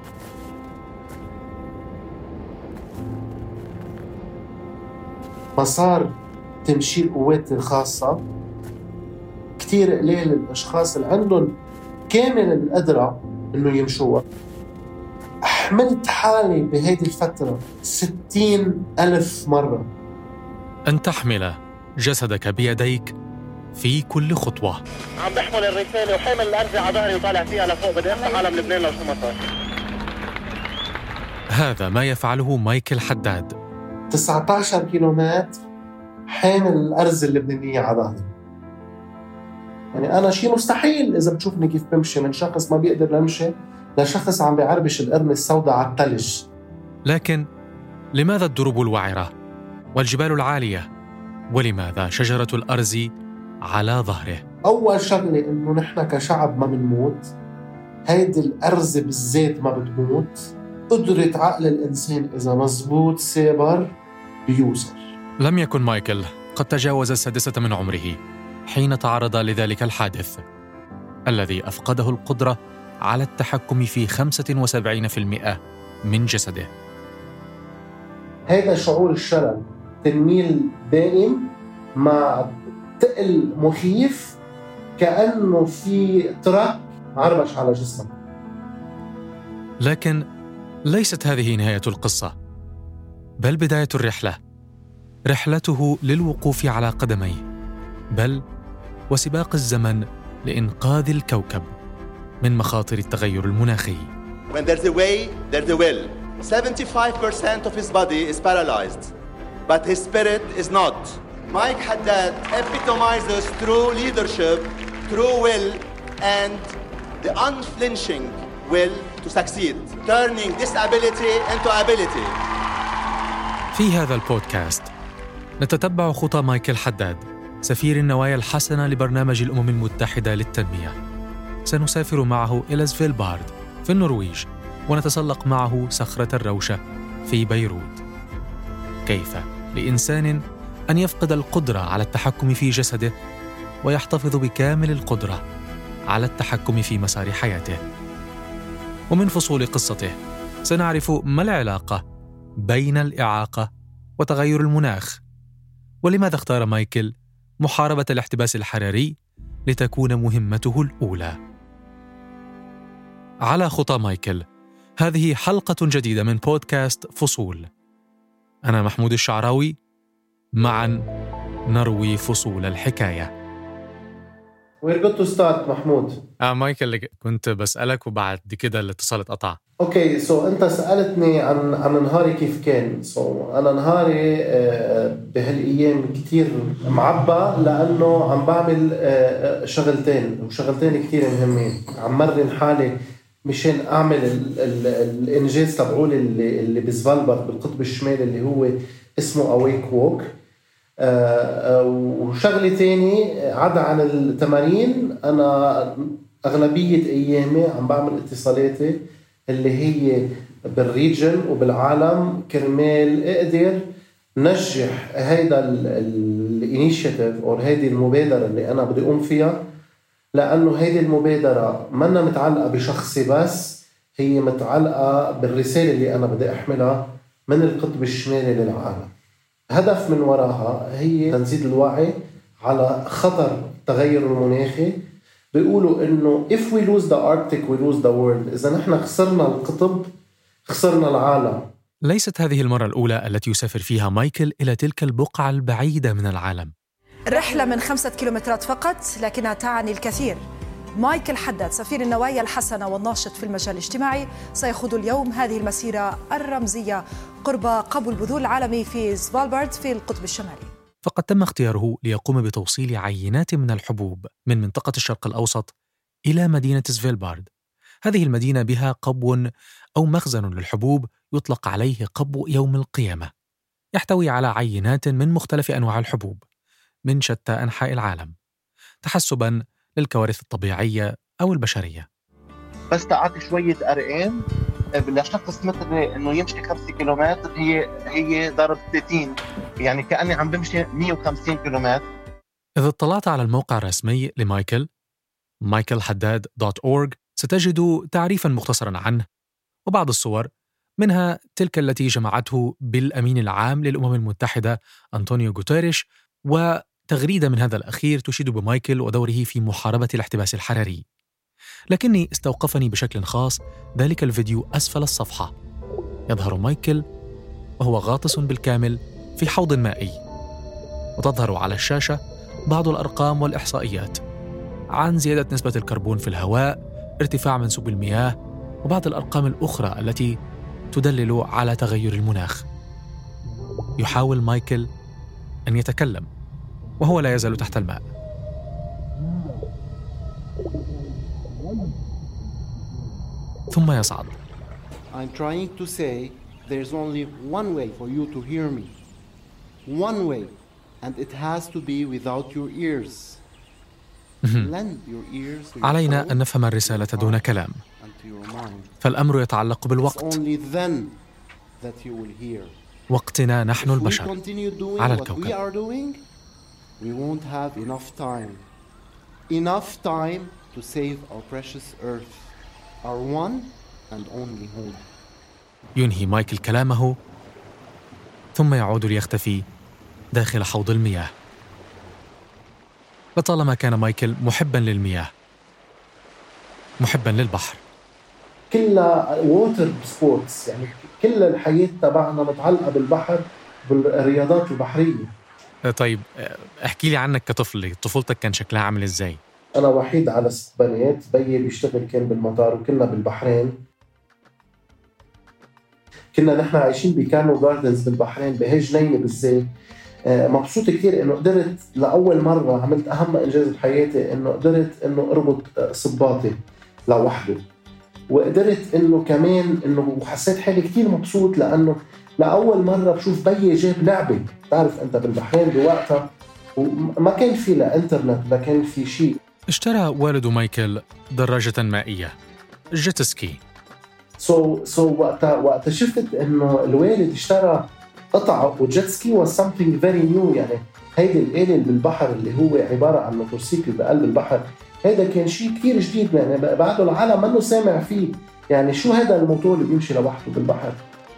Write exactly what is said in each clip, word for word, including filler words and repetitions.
مسار تمشي القوات الخاصة كتير قليل الأشخاص اللي عندهم كامل القدرة إنه يمشوا. حملت حالي بهذه الفترة ستين ألف مرة. أن تحمل جسدك بيديك في كل خطوة. عم بحمل الرسالة وحامل الأرض على ظهري وطالع فيها لفوق. بدي أفتح عالم لبنان لو شو ما صار. هذا ما يفعله مايكل حداد. تسعة عشر كيلومتر حامل الأرز اللبنانية على ظهري. يعني أنا شيء مستحيل إذا بتشوفني كيف بمشي، من شخص ما بيقدر يمشي لشخص عم بيعربش القرن السوداء على الثلج. لكن لماذا الدروب الوعرة والجبال العالية؟ ولماذا شجرة الأرز على ظهره؟ أول شغلة إنه نحن كشعب ما بنموت، هيدي الأرز بالذات ما بتموت. قدرة عقل الإنسان إذا مزبوط سابر بيوصل. لم يكن مايكل قد تجاوز السادسة من عمره حين تعرض لذلك الحادث الذي أفقده القدرة على التحكم في خمسة وسبعين بالمئة من جسده. هذا شعور الشلل، تنميل دائم مع تقل مخيف، كأنه في ترك عربش على جسمك. لكن ليست هذه نهاية القصة، بل بداية الرحلة، رحلته للوقوف على قدميه، بل وسباق الزمن لإنقاذ الكوكب من مخاطر التغير المناخي. When there's a way, there's a will. seventy-five percent of his body is paralyzed, but his spirit is not. Mike Haddad epitomizes true leadership, true will, and the unflinching will to succeed, turning disability into ability. في هذا البودكاست نتتبع خطى مايكل حداد، سفير النوايا الحسنة لبرنامج الأمم المتحدة للتنمية. سنسافر معه إلى سفيلبارد في النرويج ونتسلق معه صخرة الروشة في بيروت. كيف لإنسان أن يفقد القدرة على التحكم في جسده ويحتفظ بكامل القدرة على التحكم في مسار حياته؟ ومن فصول قصته سنعرف ما العلاقة بين الإعاقة وتغير المناخ، ولماذا اختار مايكل محاربة الاحتباس الحراري لتكون مهمته الأولى. على خطى مايكل، هذه حلقة جديدة من بودكاست فصول. أنا محمود الشعراوي، معا نروي فصول الحكاية. We're good to start محمود. آه مايكل، كنت بسألك وبعد كده الاتصال اتقطع. اوكي سو انت سألتني عن عن نهاري كيف كان. سو انا نهاري بهالايام كتير معبى لانه عم بعمل شغلتين وشغلتين كتير مهمين. عم مرن حالي مشان اعمل ال ال الانجاز تبعولي اللي اللي بسفالبارد بالقطب الشمالي اللي هو اسمه اويك ووك. وشغلة تاني عدا عن التمارين، أنا أغلبية أيامي عم بعمل اتصالاتي اللي هي بالريجن وبالعالم كرمال أقدر نجح هيدا الانيشيتيف أو هيدي المبادرة اللي أنا بدي أقوم فيها، لأنه هيدي المبادرة منا متعلقة بشخصي بس، هي متعلقة بالرسالة اللي أنا بدي أحملها من القطب الشمالي للعالم. هدف من وراها هي تنزيد الوعي على خطر التغير المناخي. بيقولوا إنه if we lose the Arctic we lose the world. إذا نحن خسرنا القطب خسرنا العالم. ليست هذه المرة الأولى التي يسافر فيها مايكل إلى تلك البقعة البعيدة من العالم. رحلة من خمسة كيلومترات فقط لكنها تعني الكثير. مايكل حداد سفير النوايا الحسنة والناشط في المجال الاجتماعي سيخوض اليوم هذه المسيرة الرمزية قرب قبو البذور العالمي في سفالبارد في القطب الشمالي. فقد تم اختياره ليقوم بتوصيل عينات من الحبوب من منطقة الشرق الأوسط إلى مدينة سفيلبارد. هذه المدينة بها قبو أو مخزن للحبوب يطلق عليه قبو يوم القيامة، يحتوي على عينات من مختلف أنواع الحبوب من شتى أنحاء العالم، تحسباً للكوارث الطبيعية أو البشرية. بس تعطي شوية أرقام لشخص مثلي إنه يمشي خمسة كيلومتر هي هي ضرب ثلاثين، يعني كأني عم بمشي مية وخمسين كيلومتر. إذا اطلعت على الموقع الرسمي لمايكل مايكل حداد دوت أورج ستجد تعريفاً مختصراً عنه وبعض الصور منها تلك التي جمعته بالأمين العام للأمم المتحدة أنطونيو غوتيريش، وتغريدة من هذا الأخير تشيد بمايكل ودوره في محاربة الاحتباس الحراري. لكني استوقفني بشكل خاص ذلك الفيديو أسفل الصفحة. يظهر مايكل وهو غاطس بالكامل في حوض مائي، وتظهر على الشاشة بعض الأرقام والإحصائيات عن زيادة نسبة الكربون في الهواء، ارتفاع منسوب المياه، وبعض الأرقام الأخرى التي تدلل على تغير المناخ. يحاول مايكل أن يتكلم وهو لا يزال تحت الماء. ثم يصعد. I'm trying to say there's only one way for you to hear me. One way. And it has to be without your ears. Lend your ears to your علينا soul أن نفهم الرسالة دون كلام، and to your mind. فالأمر يتعلق It's بالوقت، only then that you will hear. وقتنا نحن If we البشر continue doing على what we الكوكب. are doing, we won't have enough time. Enough time to save our precious earth, our one and only home. ينهي مايكل كلامه ثم يعود ليختفي داخل حوض المياه. لطالما كان مايكل محباً للمياه، محباً للبحر. كلها ووتر سبورتس، يعني كل الحياة تبعنا متعلقة بالبحر، بالرياضات البحرية. طيب احكي لي عنك كطفل، طفولتك كان شكلها عامل ازاي؟ أنا وحيد على ست بنات، بيي بيشتغل كان بالمطار وكنا بالبحرين. كنا نحن عايشين بكانو جاردنز بالبحرين بهي جنينة بالزيت. مبسوط كتير إنه قدرت لأول مرة عملت أهم إنجاز بحياتي، إنه قدرت إنه أربط صباطي لوحده، وقدرت إنه كمان إنه حسيت حالي كتير مبسوط لأنه لأول مرة بشوف بيي جاب لعبة. تعرف أنت بالبحرين بوقتها وما كان في لا إنترنت لا كان في شيء. اشترى والد مايكل دراجة مائية، جيت سكي. سو so, سو so وقتها وقتها شفت إنه الوالد اشترى قطعة وجيت سكي was something very new. يعني هيدي الآلة اللي بالبحر اللي هو عبارة عن موتورسيكل بقلب البحر، هذا كان شيء كتير جديد، يعني بعده العالم منه سامع فيه. يعني شو هذا الموتور اللي بيمشي لوحده بالبحر؟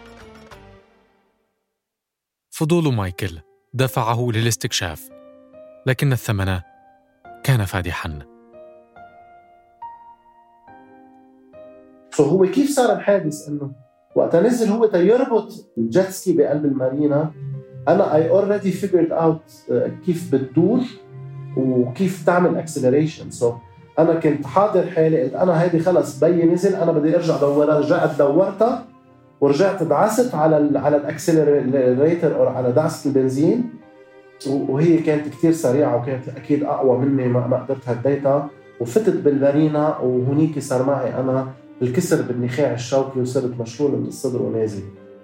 فضول مايكل دفعه للاستكشاف، لكن الثمن كان فادحاً. سو هو كيف صار الحادث؟ إنه وقت نزل هو تيربط الجيت سكي بقلب المارينا، أنا I already figured out كيف بتدور وكيف تعمل اكسلريشن. سو أنا كنت حاضر حالي، قلت أنا هيدي خلص بيي نزل، أنا بدي أرجع دورها. رجعت دورتها ورجعت دعست على ال على الاكسلريتر أو على دعسة البنزين، وهي كانت كتير سريعة وكانت أكيد أقوى مني، ما قدرت هديتها وفتت بالمارينا. وهنيك صار معي أنا الكسر بالنخاع الشوكي وصرت مشلول من الصدر ونازل.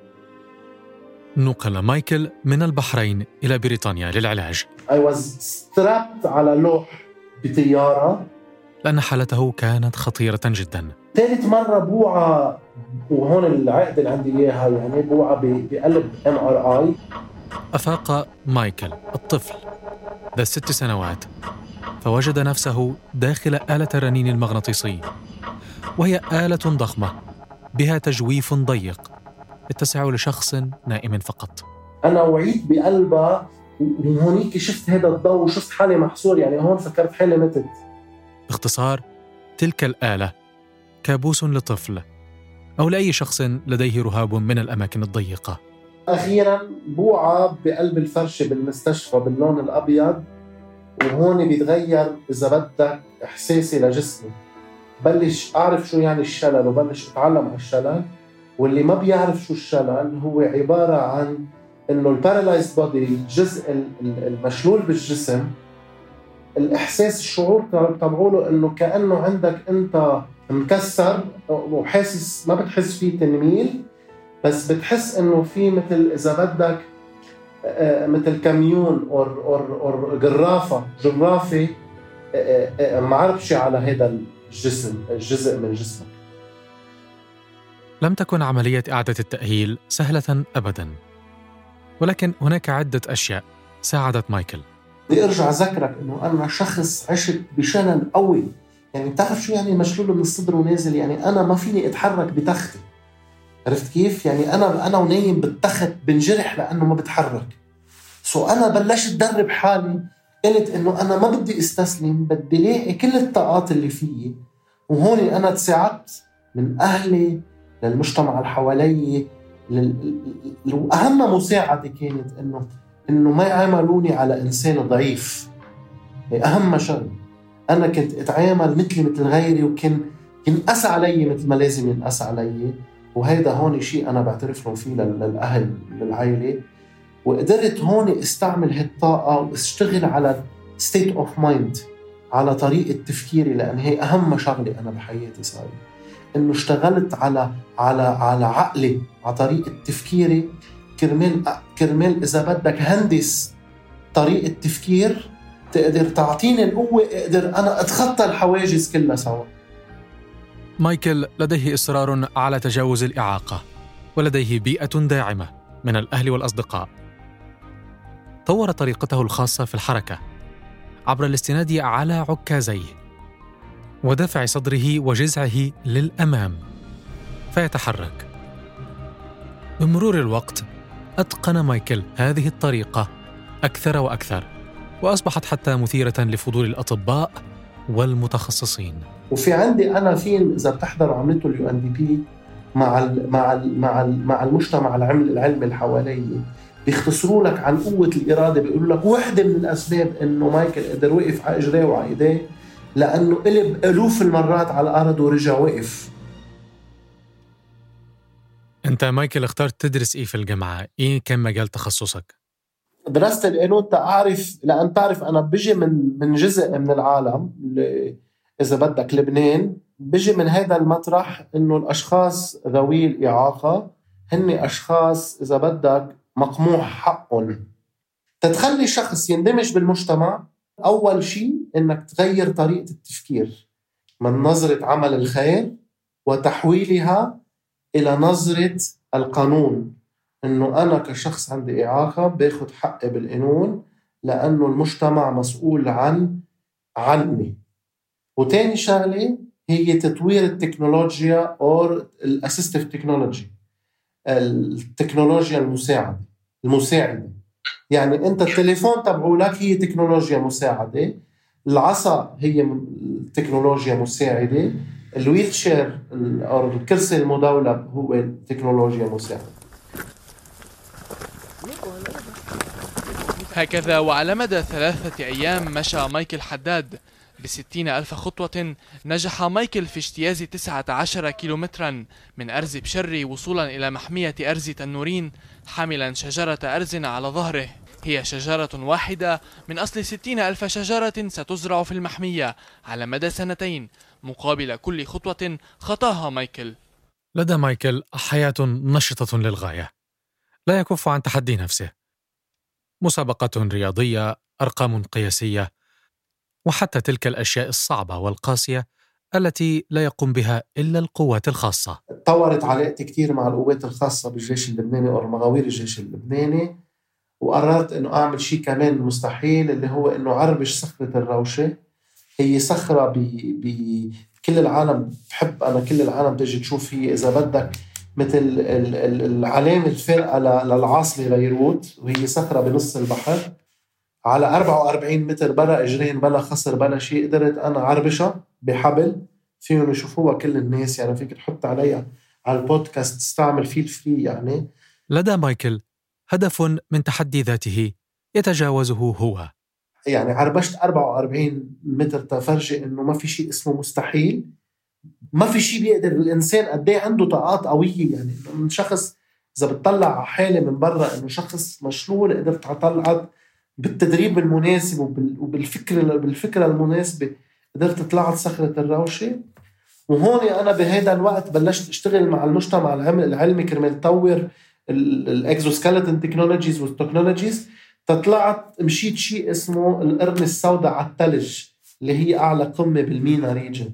نقل مايكل من البحرين إلى بريطانيا للعلاج. I was strapped على لوح بطيارة لأن حالته كانت خطيرة جدا. ثالث مرة بوعى، وهون العقد اللي عندي إياها، يعني بوعى بقلب إم آر آي. أفاق مايكل الطفل ذا ست سنوات، فوجد نفسه داخل آلة الرنين المغناطيسي، وهي آلة ضخمة بها تجويف ضيق يتسع لشخص نائم فقط. أنا وعيت بقلبها، وهونيك شفت هذا الضوء وشفت حالي محصور، يعني هون فكرت حالي متت. باختصار، تلك الآلة كابوس لطفل أو لأي شخص لديه رهاب من الأماكن الضيقة. أخيراً بوعى بقلب الفرشة بالمستشفى باللون الأبيض، وهون بيتغير إذا بدك إحساسي لجسمي. بلش أعرف شو يعني الشلل وبلش أتعلم على الشلل. واللي ما بيعرف شو الشلل هو عبارة عن إنه البارالايزد بودي، الجزء المشلول بالجسم، الإحساس الشعور تبعوله إنه كأنه عندك أنت مكسر وحاسس ما بتحس فيه تنميل، بس بتحس إنه في مثل إذا بدك مثل كاميون أو أو أو جرافة جرافة معربشة على هذا الجسم، الجزء من جسمك. لم تكن عملية إعادة التأهيل سهلة أبداً، ولكن هناك عدة أشياء ساعدت مايكل. بدي أرجع أذكرك إنه أنا شخص عشت بشلل قوي. يعني بتعرف شو يعني مشلول من الصدر ونازل؟ يعني أنا ما فيني أتحرك بتختي. عرفت كيف؟ يعني أنا أنا ونايم بالتخت بنجرح لأنه ما بتحرك. سو أنا بلشت أدرب حالي، قلت إنه أنا ما بدي استسلم، بدي لاقي كل الطاقات اللي فيي. وهون أنا تساعدت من أهلي للمجتمع اللي حوالي. وأهم مساعدة كانت إنه إنه ما يعاملوني على إنسان ضعيف. أهم شغل أنا كنت أتعامل مثلي مثل غيري، وكان ينقاس علي مثل ما لازم ينقاس علي. وهيدا هون شيء أنا بعترف لهم فيه للأهل للعائلة. وقدرت هون استعمل هالطاقة واشتغل على state of mind، على طريقة تفكيري، لأن هي أهم شغلة أنا بحياتي صار إنه اشتغلت على على على عقلي، على طريقة تفكيري، كرمال كرمال إذا بدك هندس طريقة تفكير تقدر تعطيني القوة أقدر أنا أتخطى الحواجز كلها سوا. مايكل لديه إصرار على تجاوز الإعاقة، ولديه بيئة داعمة من الأهل والأصدقاء. طور طريقته الخاصة في الحركة عبر الاستناد على عكازيه ودفع صدره وجذعه للأمام فيتحرك. بمرور الوقت أتقن مايكل هذه الطريقة أكثر وأكثر، وأصبحت حتى مثيرة لفضول الأطباء والمتخصصين. وفي عندي أنا فين إذا بتحضروا عملته اليو ان دي بي مع ال مع ال مع ال مع المجتمع العلمي العلمي اللي حواليه، بيختصروا لك عن قوة الإرادة. بيقولوا لك واحدة من الأسباب إنه مايكل قدر وقف على إجريه وعلى إيديه لأنه قلب ألوف المرات على الأرض ورجع وقف. أنت مايكل اخترت تدرس إيه في الجامعة؟ إيه كان مجال تخصصك؟ درست القانون تعرف، لأن تعرف أنا بيجي من من جزء من العالم إذا بدك لبنان، بيجي من هذا المطرح إنه الأشخاص ذوي الإعاقة هن أشخاص إذا بدك مقموع حقهم. تتخلي شخص يندمج بالمجتمع، أول شيء إنك تغير طريقة التفكير من نظرة عمل الخير وتحويلها إلى نظرة القانون، إنه أنا كشخص عندي إعاقة باخد حقي بالقانون لأنه المجتمع مسؤول عن عني. وتاني شغلة هي تطوير التكنولوجيا أو الأسيستيف تكنولوجي، التكنولوجيا المساعدة المساعدة يعني أنت التليفون تبعولك هي تكنولوجيا مساعدة، العصا هي تكنولوجيا مساعدة، الويلشير أو الكرسي المدولب هو تكنولوجيا مساعدة. هكذا وعلى مدى ثلاثة أيام مشى مايكل حداد بستين ألف خطوة. نجح مايكل في اجتياز تسعة عشر كيلومترا من أرز بشري وصولا إلى محمية أرز تنورين، حاملا شجرة أرز على ظهره. هي شجرة واحدة من أصل ستين ألف شجرة ستزرع في المحمية على مدى سنتين مقابل كل خطوة خطاها مايكل. لدى مايكل حياة نشطة للغاية، لا يكف عن تحدي نفسه. مسابقات رياضية، أرقام قياسية، وحتى تلك الأشياء الصعبة والقاسية التي لا يقوم بها إلا القوات الخاصة. طورت علاقتي كتير مع القوات الخاصة بالجيش اللبناني أو مغاوير الجيش اللبناني، وقررت إنه أعمل شيء كمان مستحيل اللي هو إنه عربش صخرة الروشة. هي صخرة بكل العالم بحب أنا كل العالم تجي تشوف، هي إذا بدك مثل العلامة الفارقة للعاصمة بيروت، وهي صخرة بنص البحر على أربعة وأربعين متر بلا إجرين بلا خصر بلا شيء. قدرت أنا عربشة بحبل فيهم يشوفوها كل الناس، يعني فيك تحط عليها على البودكاست تستعمل فيه الفري. يعني لدى مايكل هدف من تحدي ذاته يتجاوزه هو، يعني عربشت أربعة وأربعين متر تفرجي إنه ما في شيء اسمه مستحيل، ما في شيء بيقدر الإنسان قديه عنده طاقات قوية. يعني من شخص إذا بتطلع على حالة من برا إنه شخص مشلول قدرت أطلعت بالتدريب المناسب وبالفكرة بالفكرة المناسبة قدرت طلعت صخرة الروشة. وهون أنا بهذا الوقت بلشت أشتغل مع المجتمع العلمي كرمال تطور الإكزوسكيلتون تكنولوجيز والتكنولوجيز. تطلعت مشيت شيء اسمه القرن السوداء على الثلج اللي هي أعلى قمة بالمينا ريجن.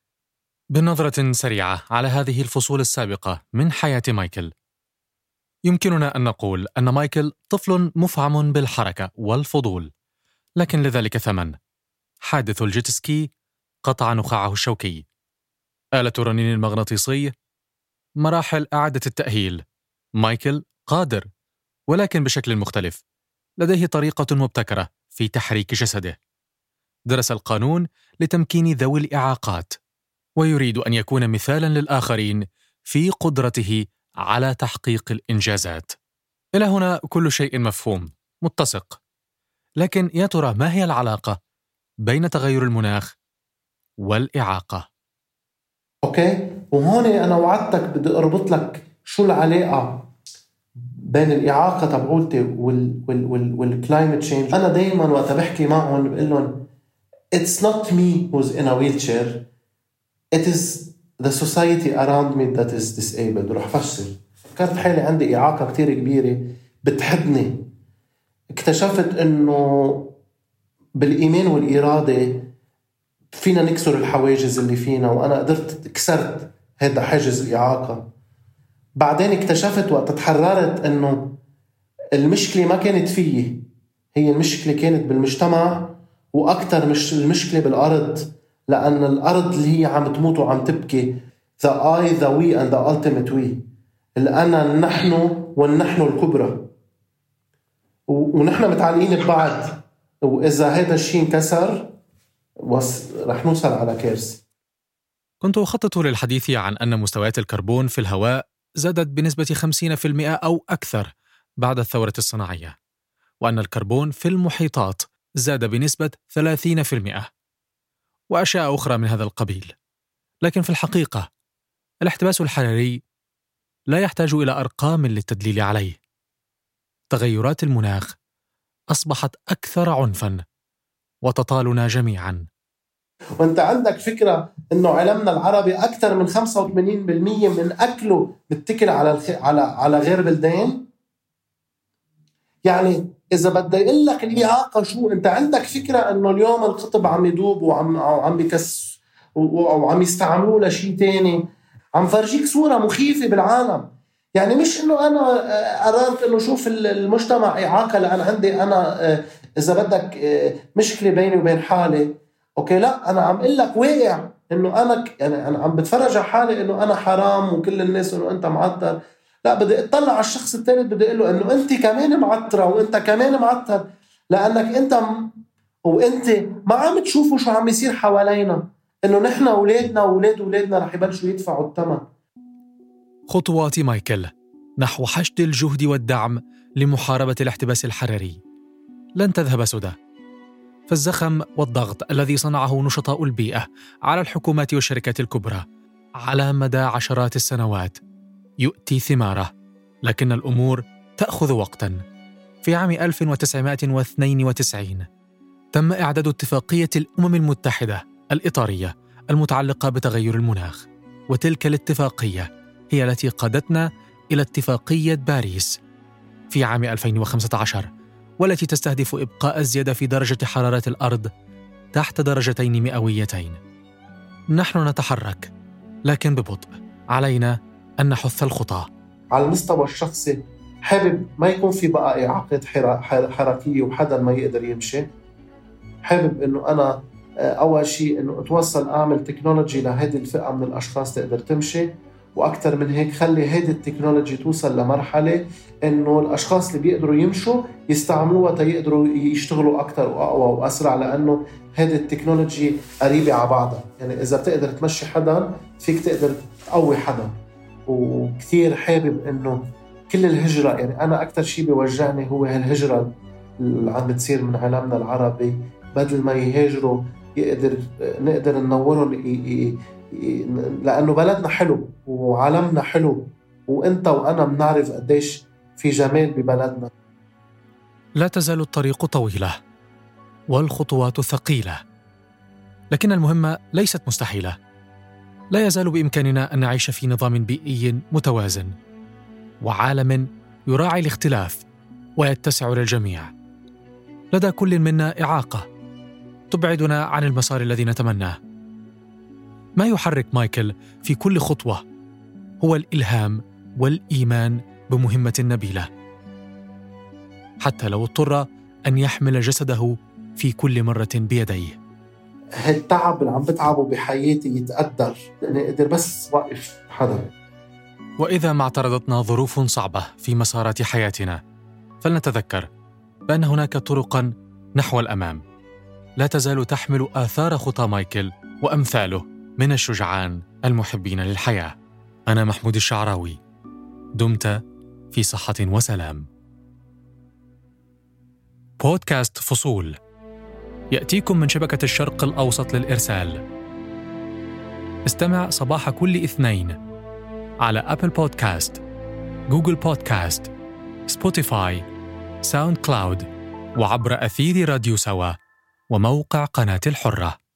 بنظرة سريعة على هذه الفصول السابقة من حياة مايكل، يمكننا أن نقول أن مايكل طفل مفعم بالحركة والفضول، لكن لذلك ثمن. حادث الجيتسكي قطع نخاعه الشوكي، آلة الرنين المغناطيسي مراحل إعادة التأهيل. مايكل قادر، ولكن بشكل مختلف. لديه طريقة مبتكرة في تحريك جسده. درس القانون لتمكين ذوي الإعاقات، ويريد أن يكون مثالاً للآخرين في قدرته على تحقيق الإنجازات. إلى هنا كل شيء مفهوم، متسق. لكن يا ترى ما هي العلاقة بين تغير المناخ والإعاقة؟ أوكي، وهون أنا وعدتك بدي أربط لك شو العلاقة بين الإعاقة تبعولتي وال وال وال والclimate change. أنا دايماً وقت بحكي معهم بقول لهم it's not me who's in a wheelchair, it is the society around me that is disabled. ورح فسر. فكرت حالي عندي إعاقة كتير كبيرة بتحدني. اكتشفت إنه بالإيمان والإرادة فينا نكسر الحواجز اللي فينا، وأنا قدرت كسرت هذا حاجز الإعاقة. بعدين اكتشفت وقت تحررت إنه المشكلة ما كانت فيي، هي المشكلة كانت بالمجتمع، وأكتر مش المشكلة بالأرض، لأن الأرض اللي هي عم تموت وعم تبكي. the I, the we and the ultimate we، الأنا النحن والنحن الكبرى، ونحن متعلقين ببعض، وإذا هذا الشيء انكسر رح نوصل على كارثة. كنت أخطط للحديث عن أن مستويات الكربون في الهواء زادت بنسبة خمسين بالمئة أو أكثر بعد الثورة الصناعية، وأن الكربون في المحيطات زاد بنسبة ثلاثين بالمئة، وأشياء أخرى من هذا القبيل. لكن في الحقيقة الاحتباس الحراري لا يحتاج إلى أرقام للتدليل عليه. تغيرات المناخ أصبحت أكثر عنفاً وتطالنا جميعاً. وانت عندك فكرة انه عالمنا العربي اكثر من خمسة وثمانين بالمئة من اكله متكل على الخ... على على غير بلدان. يعني اذا بدي اقول لك الاعاقه شو، انت عندك فكرة انه اليوم القطب عم يدوب وعم عم بيكس وعم يستعملوه لشيء تاني. عم فرجيك صورة مخيفة بالعالم. يعني مش انه انا قررت انه شوف المجتمع اعاقه لان عندي انا اذا بدك مشكله بيني وبين حالي. اوكي، لا، انا عم اقول لك واقع انه انا يعني انا عم بتفرج على حالي انه انا حرام وكل الناس انه انت معطر. لا، بدي اطلع على الشخص الثالث، بدي اقول له انه انت كمان معطره وانت كمان معطر، لانك انت م... وانت ما عم تشوفوا شو عم يصير حوالينا، انه نحن اولادنا واولاد اولادنا رح يبلشوا يدفعوا الثمن. خطوات مايكل نحو حشد الجهد والدعم لمحاربة الاحتباس الحراري لن تذهب سدى. فالزخم والضغط الذي صنعه نشطاء البيئة على الحكومات والشركات الكبرى على مدى عشرات السنوات يؤتي ثماره، لكن الأمور تأخذ وقتاً. في عام ألف وتسعمائة واثنين وتسعين تم إعداد اتفاقية الأمم المتحدة الإطارية المتعلقة بتغير المناخ، وتلك الاتفاقية هي التي قادتنا إلى اتفاقية باريس في عام ألفين وخمسة عشر، والتي تستهدف إبقاء الزيادة في درجة حرارة الأرض تحت درجتين مئويتين. نحن نتحرك، لكن ببطء. علينا أن نحث الخطى. على المستوى الشخصي حابب ما يكون في بقى إعاقات حركية وحدا ما يقدر يمشي. حابب إنه أنا أول شيء إنه أتوصل أعمل تكنولوجي لهذه الفئة من الأشخاص تقدر تمشي، وأكثر من هيك خلي هذه التكنولوجي توصل لمرحلة إنه الأشخاص اللي بيقدروا يمشوا يستعملوها تيقدروا يشتغلوا أكثر وأقوى وأسرع، لأنه هذه التكنولوجي قريبة على بعضها. يعني إذا بتقدر تمشي حدا فيك تقدر تقوي حدا. وكثير حابب إنه كل الهجرة، يعني أنا أكثر شيء بيوجعني هو هالهجرة اللي عم بتصير من عالمنا العربي، بدل ما يهاجروا يقدر نقدر ننورهم ي... ي... لأنه بلدنا حلو وعالمنا حلو، وإنت وأنا بنعرف قديش في جمال ببلدنا. لا تزال الطريق طويلة والخطوات ثقيلة، لكن المهمة ليست مستحيلة. لا يزال بإمكاننا أن نعيش في نظام بيئي متوازن وعالم يراعي الاختلاف ويتسع للجميع. لدى كل منا إعاقة تبعدنا عن المسار الذي نتمناه. ما يحرك مايكل في كل خطوة هو الإلهام والإيمان بمهمة نبيلة، حتى لو اضطر أن يحمل جسده في كل مرة بيديه. هالتعب اللي عم بتعبه بحياتي يتقدر لأني أقدر بس وقف حدا. وإذا ما اعترضتنا ظروف صعبة في مسارات حياتنا، فلنتذكر بأن هناك طرقاً نحو الأمام لا تزال تحمل آثار خطى مايكل وأمثاله من الشجعان المحبين للحياة. أنا محمود الشعراوي، دمت في صحة وسلام. بودكاست فصول يأتيكم من شبكة الشرق الأوسط للإرسال. استمع صباح كل اثنين على أبل بودكاست، جوجل بودكاست، سبوتيفاي، ساوند كلاود، وعبر أثير راديو سوا وموقع قناة الحرة.